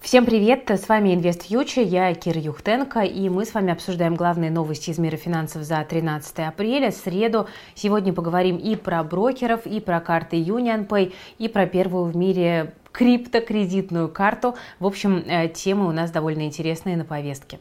Всем привет, с вами InvestFuture, я Кира Юхтенко, и мы с вами обсуждаем главные новости из мира финансов за 13 апреля, среду. Сегодня поговорим и про брокеров, и про карты UnionPay, и про первую в мире криптокредитную карту. В общем, темы у нас довольно интересные на повестке.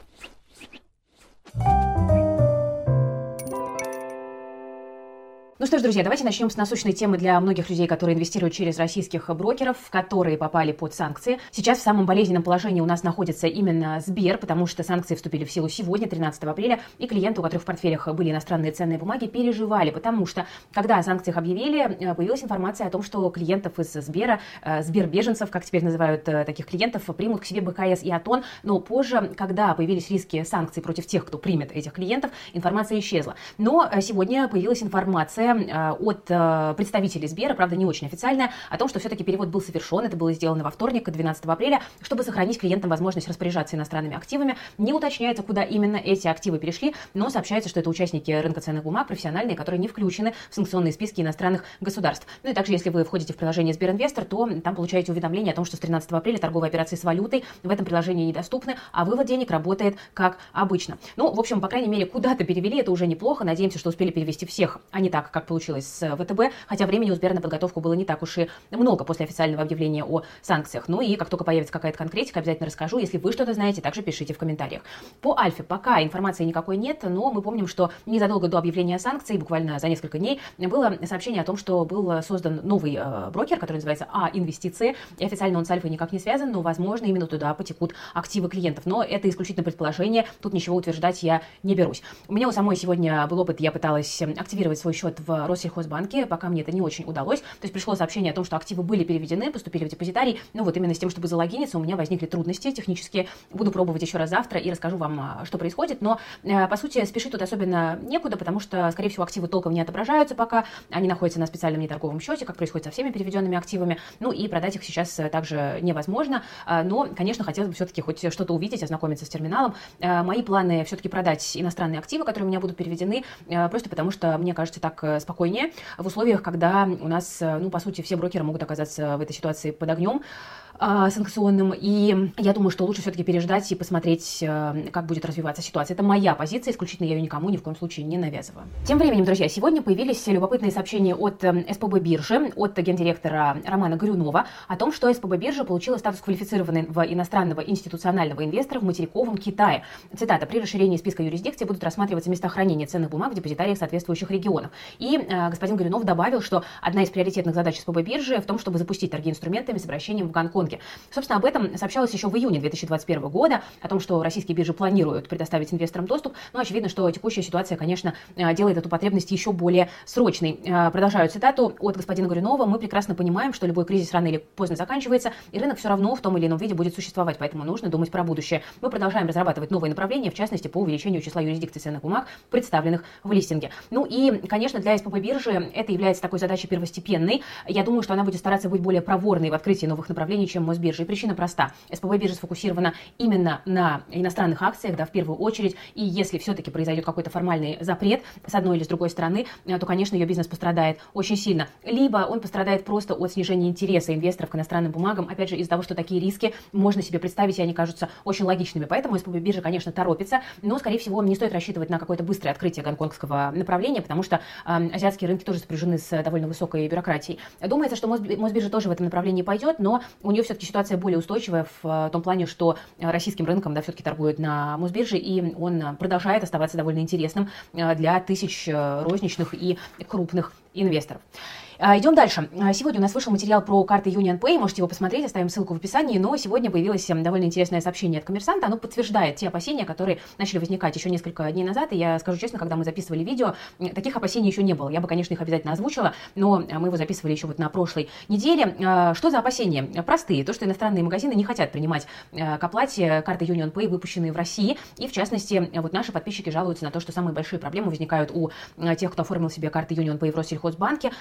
Ну что ж, друзья, давайте начнем с насущной темы для многих людей, которые инвестируют через российских брокеров, которые попали под санкции. Сейчас в самом болезненном положении у нас находится именно Сбер, потому что санкции вступили в силу сегодня, 13 апреля, и клиенты, у которых в портфелях были иностранные ценные бумаги, переживали, потому что, когда о санкциях объявили, появилась информация о том, что клиентов из Сбера, Сбербеженцев, как теперь называют таких клиентов, примут к себе БКС и Атон, но позже, когда появились риски санкций против тех, кто примет этих клиентов, информация исчезла. Но сегодня появилась информация от представителей Сбера, правда не очень официальная, о том, что все-таки перевод был совершен, это было сделано во вторник, 12 апреля, чтобы сохранить клиентам возможность распоряжаться иностранными активами. Не уточняется, куда именно эти активы перешли, но сообщается, что это участники рынка ценных бумаг, профессиональные, которые не включены в санкционные списки иностранных государств. Ну и также, если вы входите в приложение Сберинвестор, то там получаете уведомление о том, что с 13 апреля торговые операции с валютой в этом приложении недоступны, а вывод денег работает как обычно. Ну, в общем, по крайней мере, куда-то перевели, это уже неплохо. Надеемся, что успели перевести всех, а не так, как получилось с ВТБ, хотя времени у Сбера на подготовку было не так уж и много после официального объявления о санкциях. Ну и как только появится какая-то конкретика, обязательно расскажу. Если вы что-то знаете, также пишите в комментариях. По Альфе пока информации никакой нет, но мы помним, что незадолго до объявления санкций, буквально за несколько дней, было сообщение о том, что был создан новый брокер, который называется А-инвестиции, и официально он с Альфой никак не связан, но, возможно, именно туда потекут активы клиентов. Но это исключительно предположение, тут ничего утверждать я не берусь. У меня у самой сегодня был опыт, я пыталась активировать свой счет в Россельхозбанке, пока мне это не очень удалось. То есть пришло сообщение о том, что активы были переведены, поступили в депозитарий. Ну вот именно с тем, чтобы залогиниться, у меня возникли трудности технические. Буду пробовать еще раз завтра и расскажу вам, что происходит. Но, по сути, спешить тут особенно некуда, потому что, скорее всего, активы толком не отображаются пока. Они находятся на специальном неторговом счете, как происходит со всеми переведенными активами. Ну и продать их сейчас также невозможно. Но, конечно, хотелось бы все-таки хоть что-то увидеть, ознакомиться с терминалом. Мои планы все-таки продать иностранные активы, которые у меня будут переведены, просто потому что, мне кажется, так спокойнее в условиях, когда у нас, ну, по сути, все брокеры могут оказаться в этой ситуации под огнем санкционным, и я думаю, что лучше все-таки переждать и посмотреть, как будет развиваться ситуация. Это моя позиция, исключительно я ее никому ни в коем случае не навязываю. Тем временем, друзья, сегодня появились любопытные сообщения от СПБ биржи, от гендиректора Романа Горюнова о том, что СПБ биржа получила статус квалифицированного иностранного институционального инвестора в материковом Китае. Цитата: «При расширении списка юрисдикции будут рассматриваться места хранения ценных бумаг в депозитариях соответствующих регионов». И господин Горюнов добавил, что одна из приоритетных задач СПБ биржи в том, чтобы запустить торги инструментами с обращением в Гонконге. Собственно, об этом сообщалось еще в июне 2021 года, о том, что российские биржи планируют предоставить инвесторам доступ, но очевидно, что текущая ситуация, конечно, делает эту потребность еще более срочной. Продолжаю цитату от господина Горюнова: «Мы прекрасно понимаем, что любой кризис рано или поздно заканчивается, и рынок все равно в том или ином виде будет существовать, поэтому нужно думать про будущее. Мы продолжаем разрабатывать новые направления, в частности, по увеличению числа юрисдикций ценных бумаг, представленных в листинге». Ну и, конечно, для СПБ биржи это является такой задачей первостепенной. Я думаю, что она будет стараться быть более проворной в открытии новых направлений, чем Мосбиржа. И причина проста. СПБ биржа сфокусирована именно на иностранных акциях, да, в первую очередь. И если все-таки произойдет какой-то формальный запрет с одной или с другой стороны, то, конечно, ее бизнес пострадает очень сильно. Либо он пострадает просто от снижения интереса инвесторов к иностранным бумагам, опять же, из-за того, что такие риски можно себе представить, и они кажутся очень логичными. Поэтому СПБ биржа, конечно, торопится, но, скорее всего, не стоит рассчитывать на какое-то быстрое открытие гонконгского направления, потому что азиатские рынки тоже сопряжены с довольно высокой бюрократией. Думается, что Мосбиржа тоже в этом направлении пойдет, но у нее все-таки ситуация более устойчивая в том плане, что российским рынком, да, все-таки торгуют на Мосбирже, и он продолжает оставаться довольно интересным для тысяч розничных и крупных инвесторов. Идем дальше. Сегодня у нас вышел материал про карты UnionPay, можете его посмотреть, оставим ссылку в описании, но сегодня появилось довольно интересное сообщение от коммерсанта, оно подтверждает те опасения, которые начали возникать еще несколько дней назад, и я скажу честно, когда мы записывали видео, таких опасений еще не было, я бы, конечно, их обязательно озвучила, но мы его записывали еще вот на прошлой неделе. Что за опасения? Простые, то, что иностранные магазины не хотят принимать к оплате карты UnionPay, выпущенные в России, и в частности, вот наши подписчики жалуются на то, что самые большие проблемы возникают у тех, кто оформил себе карты UnionPay в Россельхозбанке, они не крепятся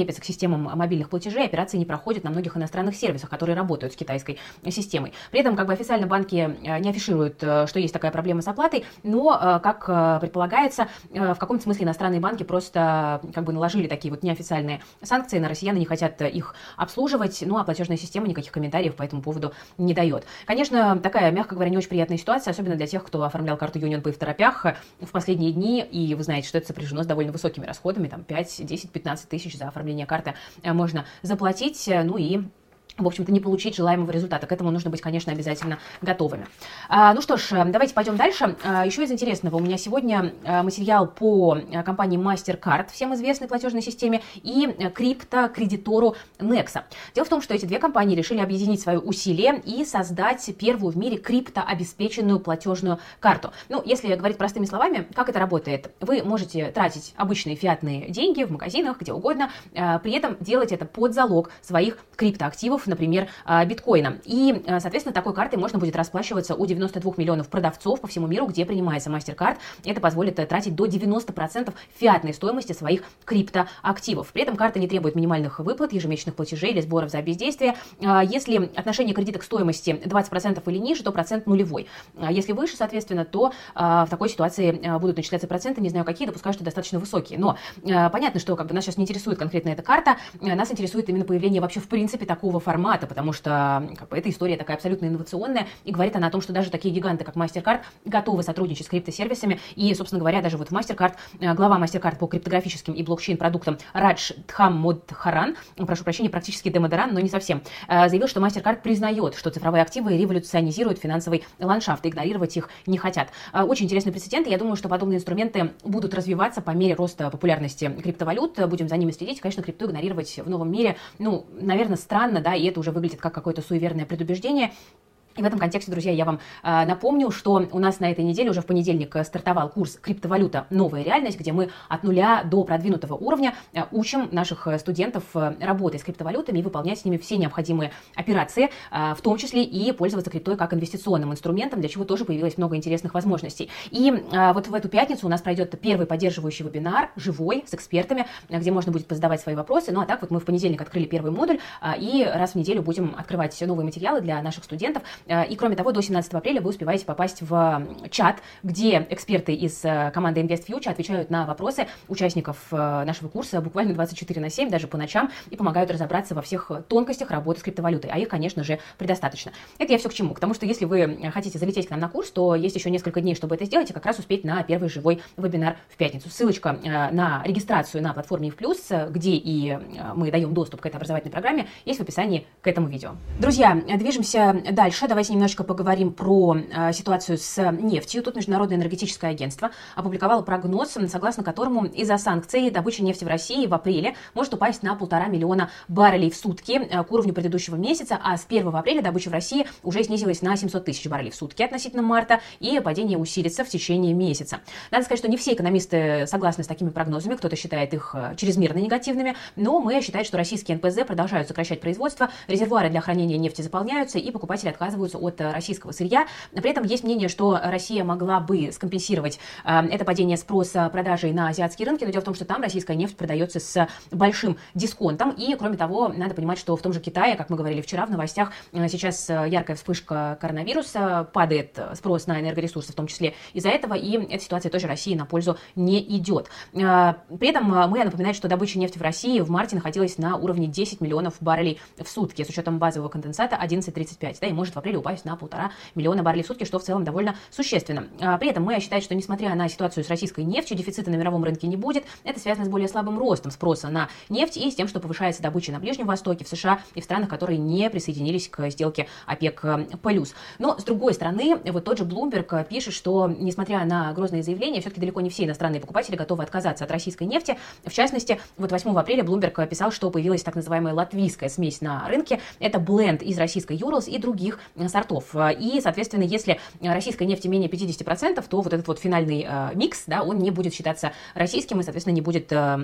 крепится к системам мобильных платежей, операции не проходят на многих иностранных сервисах, которые работают с китайской системой. При этом официально банки не афишируют, что есть такая проблема с оплатой, но, как предполагается, в каком-то смысле иностранные банки просто наложили такие неофициальные санкции на россиян и не хотят их обслуживать, а платежная система никаких комментариев по этому поводу не дает. Конечно, такая, мягко говоря, не очень приятная ситуация, особенно для тех, кто оформлял карту UnionPay в торопях в последние дни, и вы знаете, что это сопряжено с довольно высокими расходами, 5, 10, 15 тысяч за оформление карты можно заплатить, и в общем-то, не получить желаемого результата. К этому нужно быть, конечно, обязательно готовыми. Ну что ж, давайте пойдем дальше. Еще из интересного у меня сегодня материал по компании MasterCard, всем известной платежной системе, и криптокредитору Nexa. Дело в том, что эти две компании решили объединить свои усилия и создать первую в мире криптообеспеченную платежную карту. Если говорить простыми словами, как это работает? Вы можете тратить обычные фиатные деньги в магазинах, где угодно, при этом делать это под залог своих криптоактивов, например, биткоина. И, соответственно, такой картой можно будет расплачиваться у 92 миллионов продавцов по всему миру, где принимается MasterCard. Это позволит тратить до 90% фиатной стоимости своих криптоактивов. При этом карта не требует минимальных выплат, ежемесячных платежей или сборов за бездействие. Если отношение кредита к стоимости 20% или ниже, то процент нулевой. Если выше, соответственно, то в такой ситуации будут начисляться проценты, не знаю какие, допускаю, что достаточно высокие. Но понятно, что нас сейчас не интересует конкретно эта карта, нас интересует именно появление вообще в принципе такого формата, потому что эта история такая абсолютно инновационная, и говорит она о том, что даже такие гиганты, как MasterCard, готовы сотрудничать с криптосервисами, и, собственно говоря, даже в MasterCard, глава MasterCard по криптографическим и блокчейн-продуктам Радж Дхаммодхаран, прошу прощения, практически Демодоран, но не совсем, заявил, что MasterCard признает, что цифровые активы революционизируют финансовый ландшафт, и игнорировать их не хотят. Очень интересный прецедент, и я думаю, что подобные инструменты будут развиваться по мере роста популярности криптовалют, будем за ними следить, конечно, крипту игнорировать в новом мире, наверное, странно, да, и это уже выглядит как какое-то суеверное предубеждение. И в этом контексте, друзья, я вам напомню, что у нас на этой неделе уже в понедельник стартовал курс «Криптовалюта. Новая реальность», где мы от нуля до продвинутого уровня учим наших студентов работать с криптовалютами и выполнять с ними все необходимые операции, в том числе и пользоваться криптой как инвестиционным инструментом, для чего тоже появилось много интересных возможностей. И вот в эту пятницу у нас пройдет первый поддерживающий вебинар, живой, с экспертами, где можно будет задавать свои вопросы. А так мы в понедельник открыли первый модуль, и раз в неделю будем открывать новые материалы для наших студентов. И, кроме того, до 17 апреля вы успеваете попасть в чат, где эксперты из команды InvestFuture отвечают на вопросы участников нашего курса буквально 24/7, даже по ночам, и помогают разобраться во всех тонкостях работы с криптовалютой. А их, конечно же, предостаточно. Это я все к чему? К тому, что если вы хотите залететь к нам на курс, то есть еще несколько дней, чтобы это сделать, и как раз успеть на первый живой вебинар в пятницу. Ссылочка на регистрацию на платформе EVPlus, где и мы даем доступ к этой образовательной программе, есть в описании к этому видео. Друзья, движемся дальше. Давайте немножечко поговорим про ситуацию с нефтью. Тут Международное энергетическое агентство опубликовало прогноз, согласно которому из-за санкций добыча нефти в России в апреле может упасть на 1,5 миллиона баррелей в сутки к уровню предыдущего месяца, а с 1 апреля добыча в России уже снизилась на 700 тысяч баррелей в сутки относительно марта, и падение усилится в течение месяца. Надо сказать, что не все экономисты согласны с такими прогнозами, кто-то считает их чрезмерно негативными, но мы считаем, что российские НПЗ продолжают сокращать производство, резервуары для хранения нефти заполняются, и покупатели отказываются от российского сырья. При этом есть мнение, что Россия могла бы скомпенсировать это падение спроса продажей на азиатские рынки, но дело в том, что там российская нефть продается с большим дисконтом, и, кроме того, надо понимать, что в том же Китае, как мы говорили вчера в новостях, сейчас яркая вспышка коронавируса, падает спрос на энергоресурсы, в том числе из-за этого, и эта ситуация тоже России на пользу не идет. При этом мы напоминаем, что добыча нефти в России в марте находилась на уровне 10 миллионов баррелей в сутки, с учетом базового конденсата 11,35, да, и может в апреле упасть на 1,5 миллиона баррелей в сутки, что в целом довольно существенно. При этом мы считаем, что несмотря на ситуацию с российской нефтью, дефицита на мировом рынке не будет. Это связано с более слабым ростом спроса на нефть и с тем, что повышается добыча на Ближнем Востоке, в США и в странах, которые не присоединились к сделке ОПЕК+. Но, с другой стороны, вот тот же Bloomberg пишет, что, несмотря на грозные заявления, все-таки далеко не все иностранные покупатели готовы отказаться от российской нефти. В частности, вот 8 апреля Bloomberg писал, что появилась так называемая латвийская смесь на рынке. Это бленд из российской Urals и других сортов. И, соответственно, если российской нефти менее 50%, то вот этот вот финальный микс, да, он не будет считаться российским и, соответственно, не будет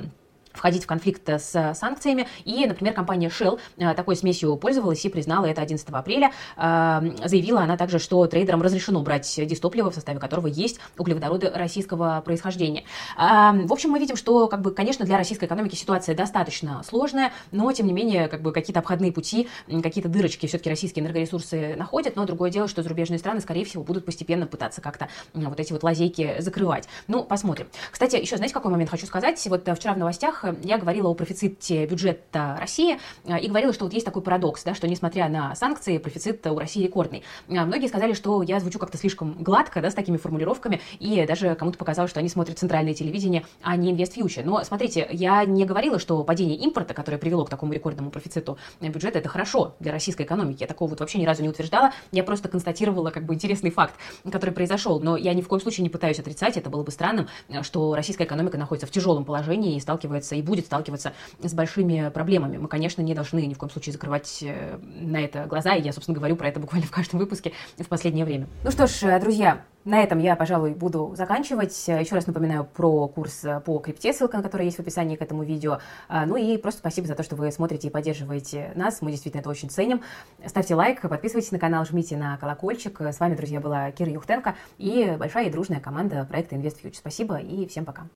входить в конфликт с санкциями. И, например, компания Shell такой смесью пользовалась и признала это 11 апреля. Заявила она также, что трейдерам разрешено брать дистопливо, в составе которого есть углеводороды российского происхождения. В общем, мы видим, что, конечно, для российской экономики ситуация достаточно сложная, но, тем не менее, какие-то обходные пути, какие-то дырочки все-таки российские энергоресурсы находят, но другое дело, что зарубежные страны, скорее всего, будут постепенно пытаться как-то вот эти вот лазейки закрывать. Ну, посмотрим. Кстати, еще, знаете, какой момент хочу сказать? Вот вчера в новостях я говорила о профиците бюджета России и говорила, что вот есть такой парадокс, да, что несмотря на санкции, профицит у России рекордный. Многие сказали, что я звучу как-то слишком гладко, да, с такими формулировками, и даже кому-то показалось, что они смотрят центральное телевидение, а не InvestFuture. Но смотрите, я не говорила, что падение импорта, которое привело к такому рекордному профициту бюджета, это хорошо для российской экономики. Я такого вот вообще ни разу не утверждала. Я просто констатировала интересный факт, который произошел. Но я ни в коем случае не пытаюсь отрицать, это было бы странным, что российская экономика находится в тяжелом положении и сталкивается и будет сталкиваться с большими проблемами. Мы, конечно, не должны ни в коем случае закрывать на это глаза, и я, собственно, говорю про это буквально в каждом выпуске в последнее время. Ну что ж, друзья, на этом я, пожалуй, буду заканчивать. Еще раз напоминаю про курс по крипте, ссылка на который есть в описании к этому видео. Ну и просто спасибо за то, что вы смотрите и поддерживаете нас. Мы действительно это очень ценим. Ставьте лайк, подписывайтесь на канал, жмите на колокольчик. С вами, друзья, была Кира Юхтенко и большая и дружная команда проекта InvestFuture. Спасибо и всем пока.